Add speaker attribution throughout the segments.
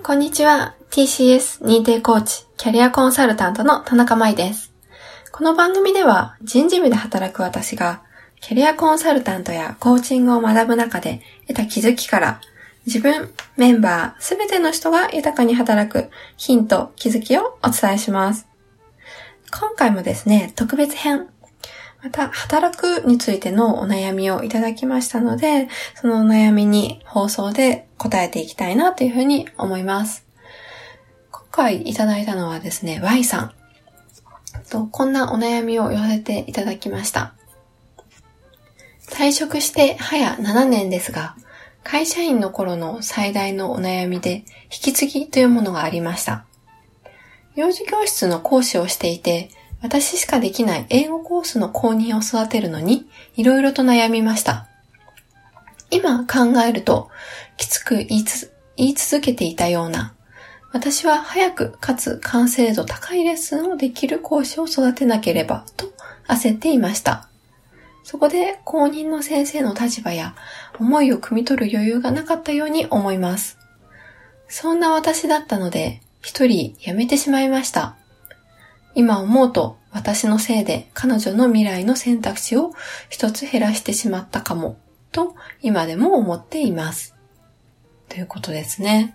Speaker 1: こんにちは。TCS 認定コーチ、キャリアコンサルタントの田中舞です。この番組では人事部で働く私がキャリアコンサルタントやコーチングを学ぶ中で得た気づきから自分、メンバー、すべての人が豊かに働くヒント、気づきをお伝えします。今回もですね、特別編。また、働くについてのお悩みをいただきましたので、そのお悩みに放送で答えていきたいなというふうに思います。今回いただいたのはですね、Y さん。こんなお悩みを寄せていただきました。退職して早7年ですが、会社員の頃の最大のお悩みで引き継ぎというものがありました。幼児教室の講師をしていて、私しかできない英語コースの公認を育てるのに、いろいろと悩みました。今考えると、きつく言い続けていたような、私は早くかつ完成度高いレッスンをできる講師を育てなければと焦っていました。そこで公認の先生の立場や思いを汲み取る余裕がなかったように思います。そんな私だったので、一人辞めてしまいました。今思うと私のせいで彼女の未来の選択肢を一つ減らしてしまったかもと今でも思っています。ということですね。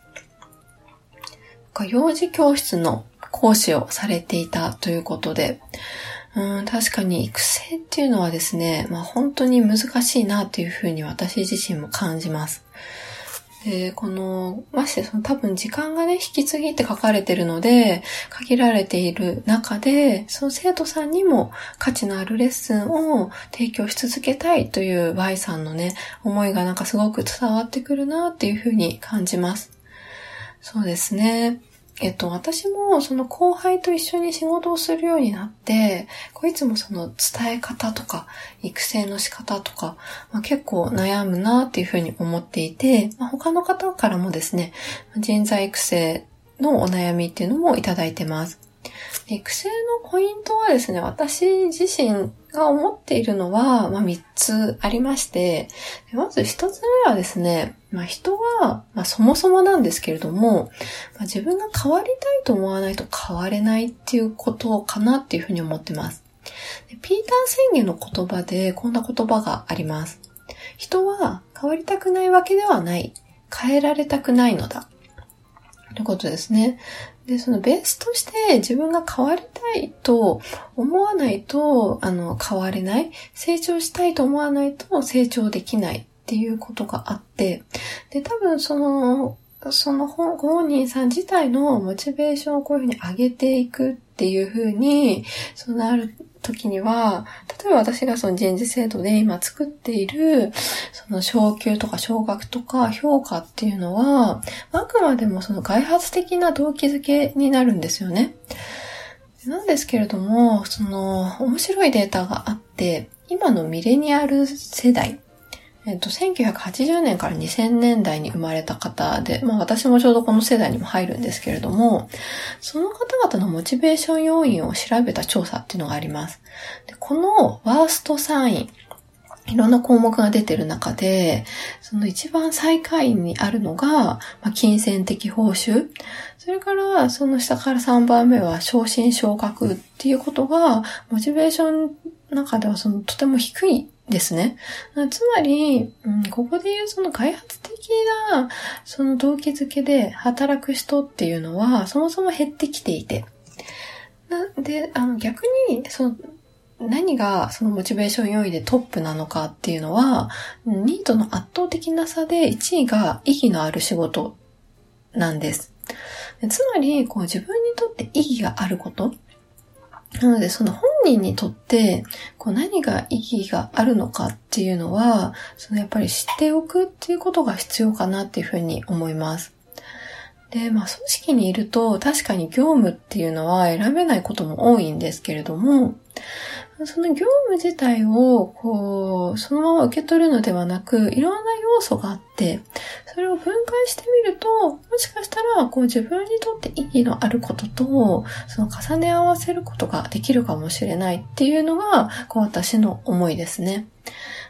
Speaker 1: 幼児教室の講師をされていたということで、確かに育成っていうのはですね、本当に難しいなというふうに私自身も感じます。で、まして多分時間がね、引き継ぎって書かれてるので、限られている中で、その生徒さんにも価値のあるレッスンを提供し続けたいという Y さんのね、思いがすごく伝わってくるなっていうふうに感じます。そうですね。私もその後輩と一緒に仕事をするようになって、いつもその伝え方とか育成の仕方とか、結構悩むなっていうふうに思っていて、他の方からもですね、人材育成のお悩みっていうのもいただいてます。育成のポイントはですね、私自身が思っているのは、3つありまして、まず1つ目はですね、人は、そもそもなんですけれども、自分が変わりたいと思わないと変われないっていうことかなっていうふうに思ってます。ピーター宣言の言葉でこんな言葉があります。人は変わりたくないわけではない。変えられたくないのだ。ということですね。で、そのベースとして自分が変わりたいと思わないと、変われない。成長したいと思わないと成長できないっていうことがあって、で、多分ご本人さん自体のモチベーションをこういうふうに上げていくっていうふうに、ある時には、例えば私がその人事制度で今作っている、昇給とか昇格とか評価っていうのは、あくまでも外発的な動機づけになるんですよね。なんですけれども、面白いデータがあって、今のミレニアル世代、1980年から2000年代に生まれた方で、私もちょうどこの世代にも入るんですけれども、その方々のモチベーション要因を調べた調査っていうのがあります。で、このワーストサイン、いろんな項目が出てる中で、一番最下位にあるのが、金銭的報酬。それから、下から3番目は昇進昇格っていうことが、モチベーションの中ではとても低いですね。つまり、ここでいう外発的な動機づけで働く人っていうのはそもそも減ってきていて。で、逆に何がモチベーション要因でトップなのかっていうのは、ニートの圧倒的な差で1位が意義のある仕事なんです。つまり、自分にとって意義があること。なので、本人にとって、何が意義があるのかっていうのは、やっぱり知っておくっていうことが必要かなっていうふうに思います。で、組織にいると、確かに業務っていうのは選べないことも多いんですけれども、その業務自体を、そのまま受け取るのではなく、いろんな要素があって、それを分解してみると、もしかしたら、自分にとって意義のあることと、重ね合わせることができるかもしれないっていうのが、私の思いですね。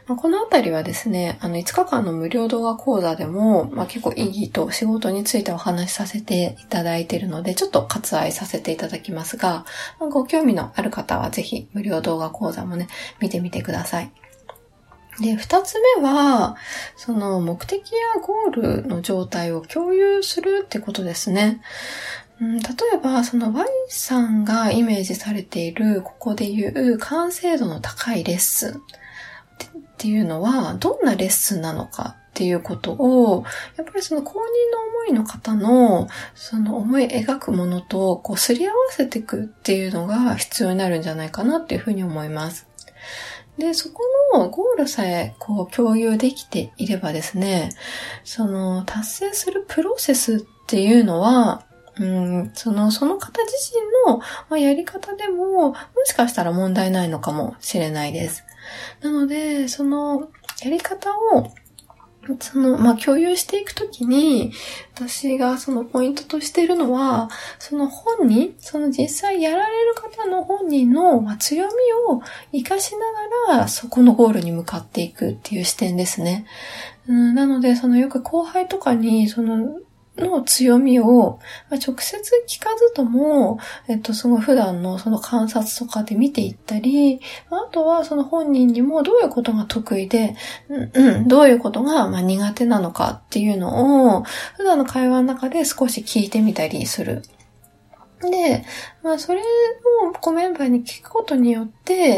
Speaker 1: このあたりはですね、5日間の無料動画講座でも、結構意義と仕事についてお話しさせていただいているので、ちょっと割愛させていただきますが、ご興味のある方はぜひ無料動画講座もね、見てみてください。で、2つ目は、その目的やゴールの状態を共有するってことですね。例えば、その Y さんがイメージされている、ここで言う完成度の高いレッスンっていうのは、どんなレッスンなのかっていうことを、やっぱりその公認の思いの方の、その思い描くものと、こう、すり合わせていくっていうのが必要になるんじゃないかなっていうふうに思います。で、そこのゴールさえこう共有できていればですね、その達成するプロセスっていうのは、その方自身のやり方でも、もしかしたら問題ないのかもしれないです。なので、そのやり方を共有していくときに、私がそのポイントとしているのは、その本人、その実際やられる方の本人の強みを活かしながら、そこのゴールに向かっていくっていう視点ですね。なので、よく後輩とかに、の強みを、直接聞かずとも、その普段のその観察とかで見ていったり、あとはその本人にもどういうことが得意で、どういうことが苦手なのかっていうのを、普段の会話の中で少し聞いてみたりする。で、それをメンバーに聞くことによって、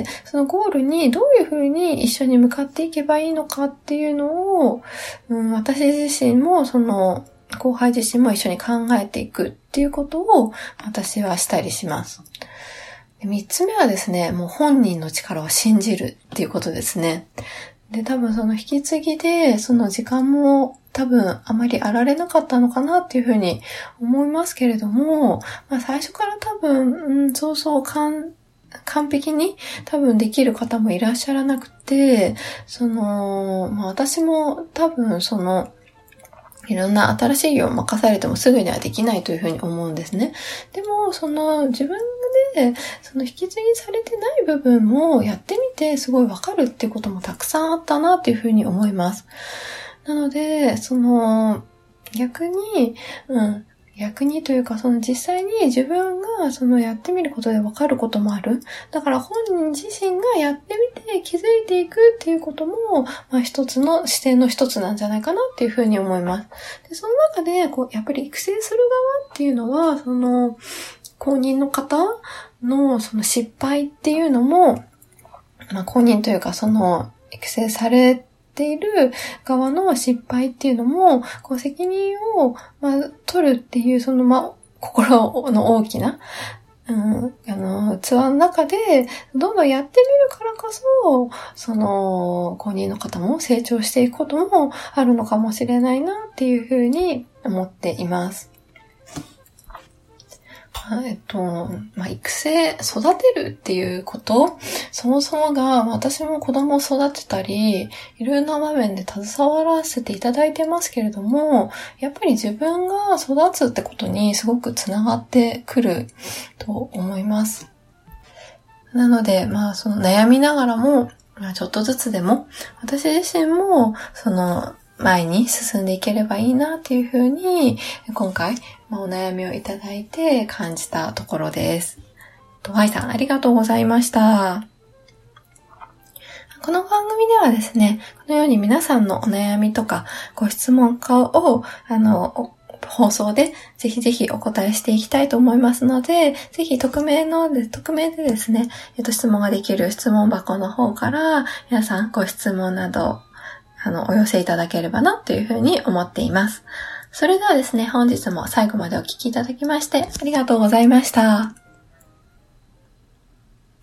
Speaker 1: そのゴールにどういうふうに一緒に向かっていけばいいのかっていうのを、私自身も後輩自身も一緒に考えていくっていうことを私はしたりします。3つ目はですね、もう本人の力を信じるっていうことですね。で、多分引き継ぎで、時間も多分あまりあられなかったのかなっていうふうに思いますけれども、最初から多分、完璧に多分できる方もいらっしゃらなくて、私も多分いろんな新しい業を任されてもすぐにはできないというふうに思うんですね。でも、自分で、引き継ぎされてない部分もやってみてすごいわかるっていうこともたくさんあったなっていうふうに思います。なので、逆にというか、実際に自分がやってみることでわかることもある。だから本人自身がやってみて気づいていくっていうことも、一つの視点の一つなんじゃないかなっていうふうに思います。で、その中で、やっぱり育成する側っていうのは、公認の方の失敗っていうのも、公認というか育成されている側の失敗っていうのも、責任を、取るっていう、心の大きな、ツアーの中で、どんどんやってみるからこそ、公認の方も成長していくこともあるのかもしれないなっていうふうに思っています。育成、育てるっていうこと、そもそもが私も子供を育てたり、いろんな場面で携わらせていただいてますけれども、やっぱり自分が育つってことにすごくつながってくると思います。なので、悩みながらも、ちょっとずつでも、私自身も、前に進んでいければいいなっていうふうに、今回、お悩みをいただいて感じたところです。Y さん、ありがとうございました。この番組ではですね、このように皆さんのお悩みとかご質問を、放送でぜひぜひお答えしていきたいと思いますので、ぜひ匿名でですね、質問ができる質問箱の方から皆さんご質問などお寄せいただければなというふうに思っています。それではですね、本日も最後までお聞きいただきましてありがとうございました。